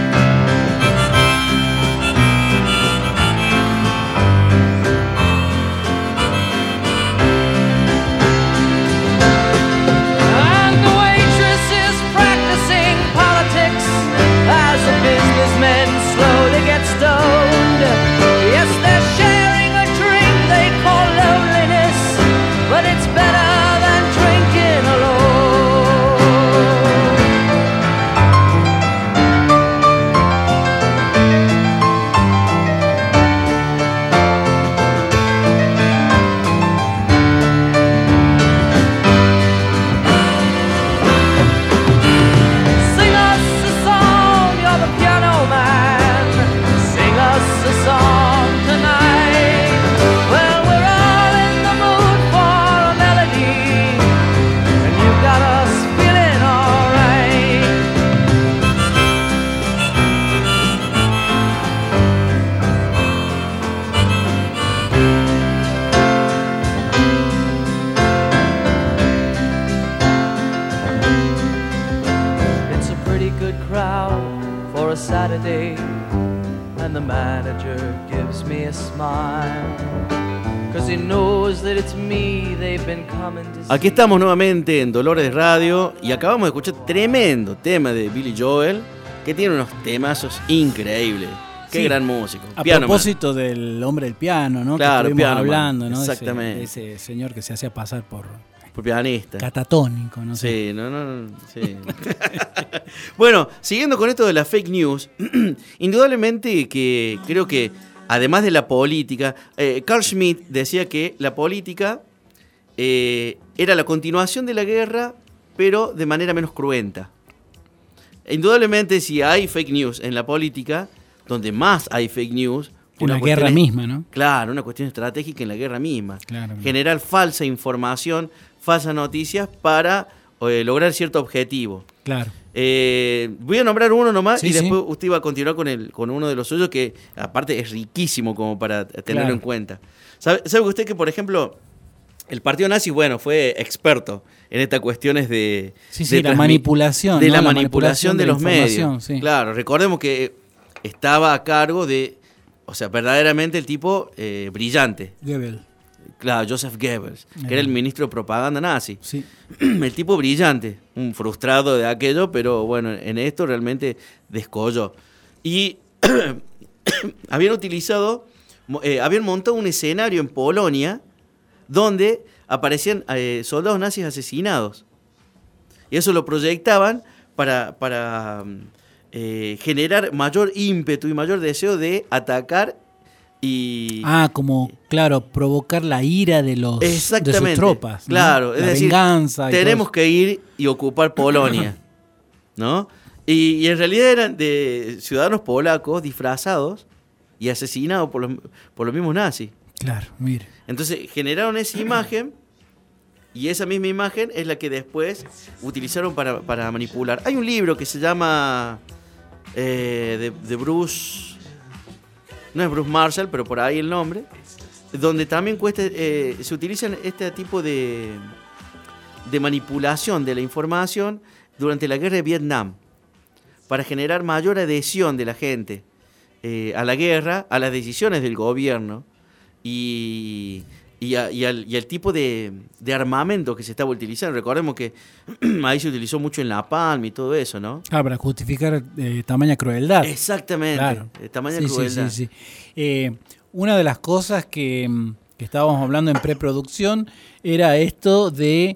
And the waitress is practicing politics as the businessmen slowly get stoned. Yes, they're sharing a drink they call loneliness, but it's better than drinking alone. Sing us a song, you're the piano man. Sing us a song tonight. Well, we're all in the mood for a melody, and you got us feeling alright. It's a pretty good crowd for a Saturday, and the manager gives me a smile, 'cause he knows that it's me they've been coming to see. Aquí estamos nuevamente en Dolores Radio y acabamos de escuchar tremendo tema de Billy Joel, que tiene unos temazos increíbles. Qué Sí. gran músico. A Piano Man. propósito del hombre del piano, ¿no? Claro, que estuvimos Piano Man. hablando, ¿no? Exactamente. De ese señor que se hacía pasar por Por pianista. catatónico, no sé. Sí, no, sí. Bueno, siguiendo con esto de las fake news, indudablemente que creo que, además de la política, Carl Schmitt decía que la política era la continuación de la guerra, pero de manera menos cruenta. Indudablemente, si hay fake news en la política, donde más hay fake news, Una cuestión guerra es- misma, ¿no? Claro, una cuestión estratégica en la guerra misma. Claro. Generar falsa información, falsas noticias para lograr cierto objetivo. Claro. Voy a nombrar uno nomás Sí, y sí. después usted va a continuar con uno de los suyos que aparte es riquísimo como para tenerlo Claro. en cuenta. ¿Sabe usted que, por ejemplo, el partido nazi, bueno, fue experto en estas cuestiones de... Sí, sí, de la transmi- manipulación, De ¿no? la La manipulación de la los medios. información, sí. Claro, recordemos que estaba a cargo de... o sea, verdaderamente el tipo brillante. Goebbels. Claro, Joseph Goebbels, que era el ministro de propaganda nazi. Sí. El tipo brillante, un frustrado de aquello, pero bueno, en esto realmente descolló. Y habían montado un escenario en Polonia donde aparecían soldados nazis asesinados. Y eso lo proyectaban para generar mayor ímpetu y mayor deseo de atacar y... como, claro, provocar la ira de sus tropas. ¿no? Claro, es la decir, venganza y tenemos todo que ir y ocupar Polonia, ¿no? Y en realidad eran de ciudadanos polacos disfrazados y asesinados por los mismos nazis. eso. Claro, mire. Entonces generaron esa imagen y esa misma imagen es la que después utilizaron para manipular. Hay un libro que se llama de Bruce, no es Bruce Marshall, pero por ahí el nombre, donde también se utilizan este tipo de manipulación de la información durante la guerra de Vietnam para generar mayor adhesión de la gente a la guerra, a las decisiones del gobierno y al tipo de armamento que se estaba utilizando. Recordemos que ahí se utilizó mucho en La Palma y todo eso, ¿no? Para justificar tamaña crueldad. Exactamente, Claro. tamaña Sí, crueldad. sí. Una de las cosas que estábamos hablando en preproducción era esto de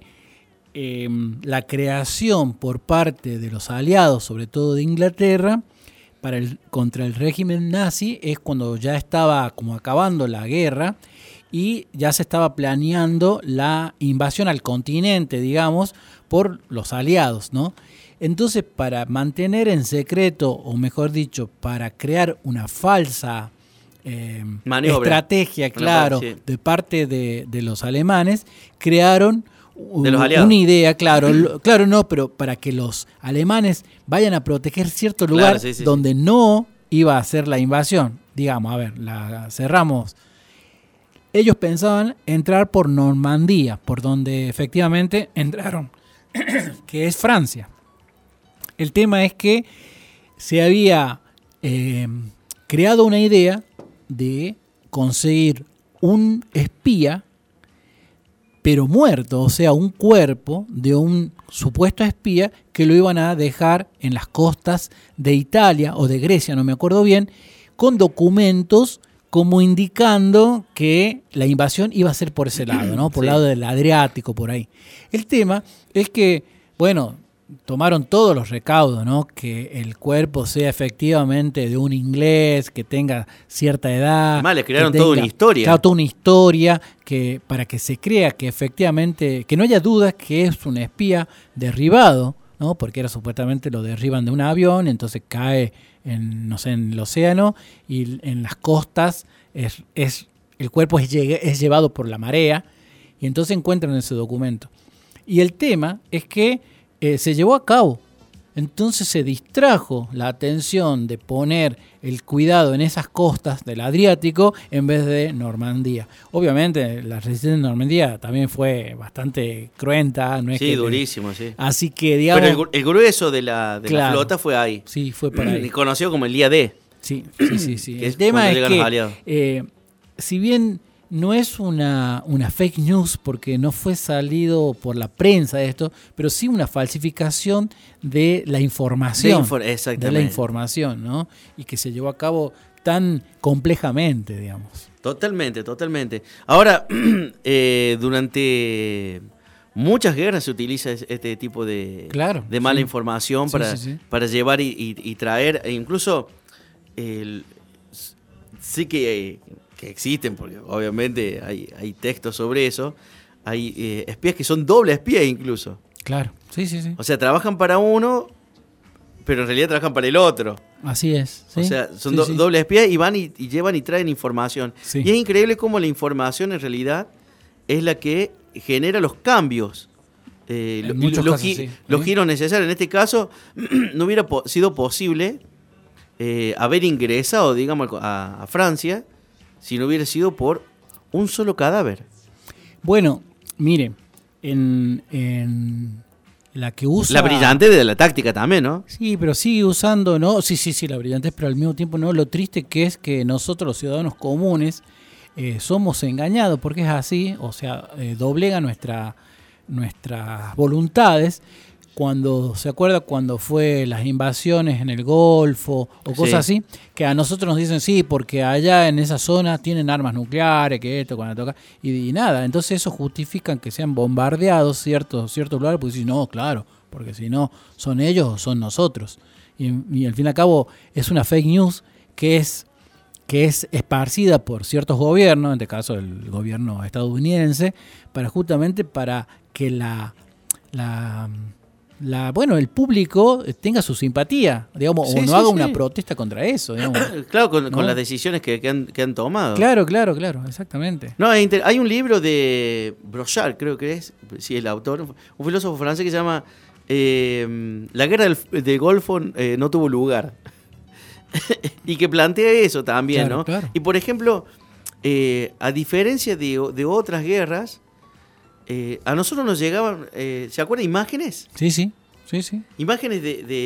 la creación por parte de los aliados, sobre todo de Inglaterra, contra el régimen nazi. Es cuando ya estaba como acabando la guerra y ya se estaba planeando la invasión al continente, digamos, por los aliados, ¿no? Entonces, para mantener en secreto, o mejor dicho, para crear una falsa Maniobra. estrategia, claro, Sí. de parte de los alemanes, crearon De los aliados. una idea, claro, no, pero para que los alemanes vayan a proteger cierto lugar Claro, sí. donde no iba a ser la invasión. Digamos, a ver, la cerramos. Ellos pensaban entrar por Normandía, por donde efectivamente entraron, que es Francia. El tema es que se había creado una idea de conseguir un espía, pero muerto, o sea, un cuerpo de un supuesto espía que lo iban a dejar en las costas de Italia o de Grecia, no me acuerdo bien, con documentos como indicando que la invasión iba a ser por ese lado, ¿no? Por el lado del Adriático, por ahí. El tema es que, bueno, tomaron todos los recaudos, ¿no? Que el cuerpo sea efectivamente de un inglés, que tenga cierta edad. Además, le crearon que toda tenga- una historia. Claro, toda una historia para que se crea que efectivamente, que no haya dudas que es un espía derribado, ¿no? Porque era supuestamente lo derriban de un avión, entonces cae en, no sé, en el océano y en las costas el cuerpo es llevado por la marea y entonces encuentran ese documento. Y el tema es que se llevó a cabo. Entonces se distrajo la atención de poner el cuidado en esas costas del Adriático en vez de Normandía. Obviamente la resistencia en Normandía también fue bastante cruenta. No es Sí, que durísimo, sí. Así que, digamos... Pero el grueso de la Claro. flota fue ahí. Sí, fue para ahí. Conocido como el día D. Sí. Que El es tema cuando es llegan los aliados. que, si bien no es una fake news porque no fue salido por la prensa esto, pero sí una falsificación de la información. Exactamente. De la información, ¿no? Y que se llevó a cabo tan complejamente, digamos. Totalmente. Ahora, durante muchas guerras se utiliza este tipo de mala sí. información Sí, para, sí. para llevar y traer, e incluso sí que existen, porque obviamente hay textos sobre eso, hay espías que son doble espías incluso. Claro, sí. O sea, trabajan para uno, pero en realidad trabajan para el otro. Así es. ¿sí? O sea, son Sí. doble espías y van y llevan y traen información. Sí. Y es increíble cómo la información en realidad es la que genera los cambios. En muchos casos, sí. Los giros necesarios. En este caso, no hubiera sido posible haber ingresado, digamos, a Francia si no hubiera sido por un solo cadáver. Bueno, mire, en la que usa... La brillante de la táctica también, ¿no? Sí, pero sigue usando, ¿no? Sí, la brillantez, pero al mismo tiempo no. Lo triste que es que nosotros, los ciudadanos comunes, somos engañados, porque es así, o sea, doblega nuestras voluntades. Cuando se acuerda cuando fue las invasiones en el Golfo o cosas así, que a nosotros nos dicen sí, porque allá en esa zona tienen armas nucleares, que esto, cuando toca, y nada, entonces eso justifican que sean bombardeados ciertos lugares, pues dicen, no, claro, porque si no son ellos o son nosotros. Y al fin y al cabo es una fake news que es esparcida por ciertos gobiernos, en este caso el gobierno estadounidense, justamente para que el público tenga su simpatía, digamos, o no haga una protesta contra eso, digamos. Claro, con las decisiones que han tomado. Claro, exactamente. No, hay un libro de Brochard, creo que es, sí, el autor, un filósofo francés que se llama La guerra del Golfo no tuvo lugar. Y que plantea eso también, claro, ¿no? Claro. Y por ejemplo, a diferencia de otras guerras, a nosotros nos llegaban, ¿se acuerdan? Imágenes. Sí. Imágenes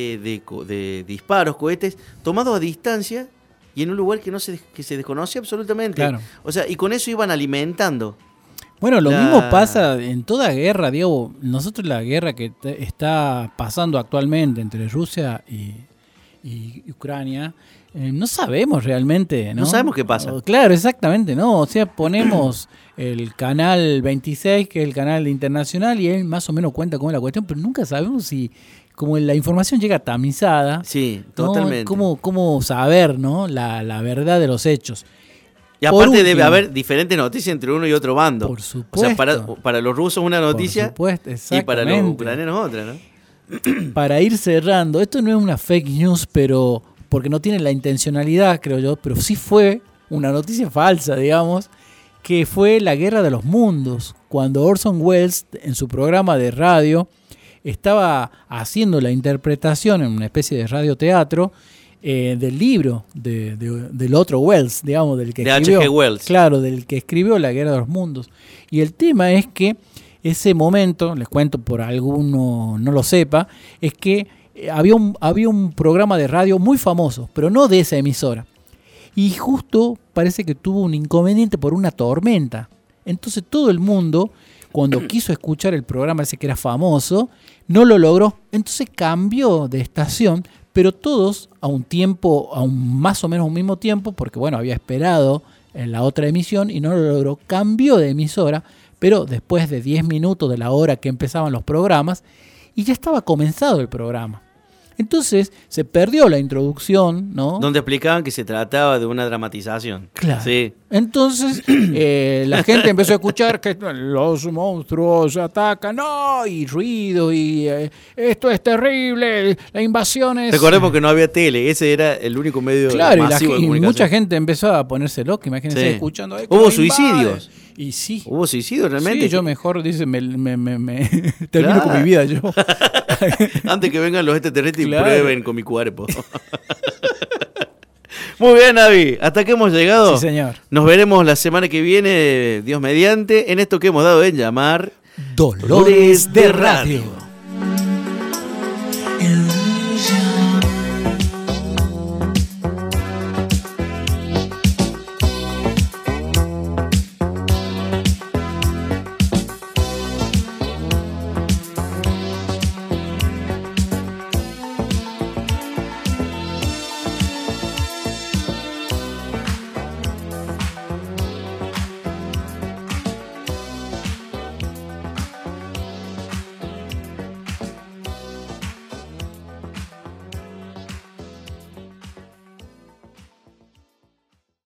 de disparos, cohetes, tomados a distancia y en un lugar que se desconocía absolutamente. Claro. O sea, y con eso iban alimentando. Bueno, lo mismo pasa en toda guerra, Diego. Nosotros la guerra que está pasando actualmente entre Rusia y Ucrania, no sabemos realmente, ¿no? No sabemos qué pasa. Claro, exactamente, ¿no? O sea, ponemos el canal 26, que es el canal internacional, y él más o menos cuenta cómo es la cuestión, pero nunca sabemos si, como la información llega tamizada, sí, ¿no? totalmente. ¿Cómo saber, ¿no? la verdad de los hechos? Y aparte debe haber diferentes noticias entre uno y otro bando. Por supuesto. O sea, para los rusos una noticia y para los ucranianos otra, ¿no? Para ir cerrando, esto no es una fake news, pero porque no tiene la intencionalidad, creo yo, pero sí fue una noticia falsa, digamos, que fue la Guerra de los Mundos, cuando Orson Welles, en su programa de radio, estaba haciendo la interpretación en una especie de radioteatro del libro del otro Wells, digamos, del que escribió. H.G. Wells. Claro, del que escribió La Guerra de los Mundos. Y el tema es que ese momento, les cuento por alguno no lo sepa, es que había un programa de radio muy famoso, pero no de esa emisora. Y justo parece que tuvo un inconveniente por una tormenta. Entonces todo el mundo, cuando quiso escuchar el programa ese que era famoso, no lo logró. Entonces cambió de estación, pero todos a un más o menos un mismo tiempo, porque bueno, había esperado en la otra emisión y no lo logró. Cambió de emisora, pero después de 10 minutos de la hora que empezaban los programas, y ya estaba comenzado el programa. Entonces se perdió la introducción, ¿no? Donde explicaban que se trataba de una dramatización. Claro. Sí. Entonces la gente empezó a escuchar que los monstruos atacan, ¡no! Y ruido, y esto es terrible, la invasión es... Recordemos que no había tele, ese era el único medio claro, masivo de y comunicación. mucha gente empezó a ponerse loca, imagínense, Sí. escuchando... Hubo suicidios. Y sí. ¿Hubo suicidios realmente? Sí, yo mejor, dice, me termino con mi vida yo. Antes que vengan los extraterrestres Claro. y prueben con mi cuerpo. Muy bien, Avi. Hasta que hemos llegado. Sí, señor. Nos veremos la semana que viene, Dios mediante, en esto que hemos dado en llamar Dolores de Radio. Illusion.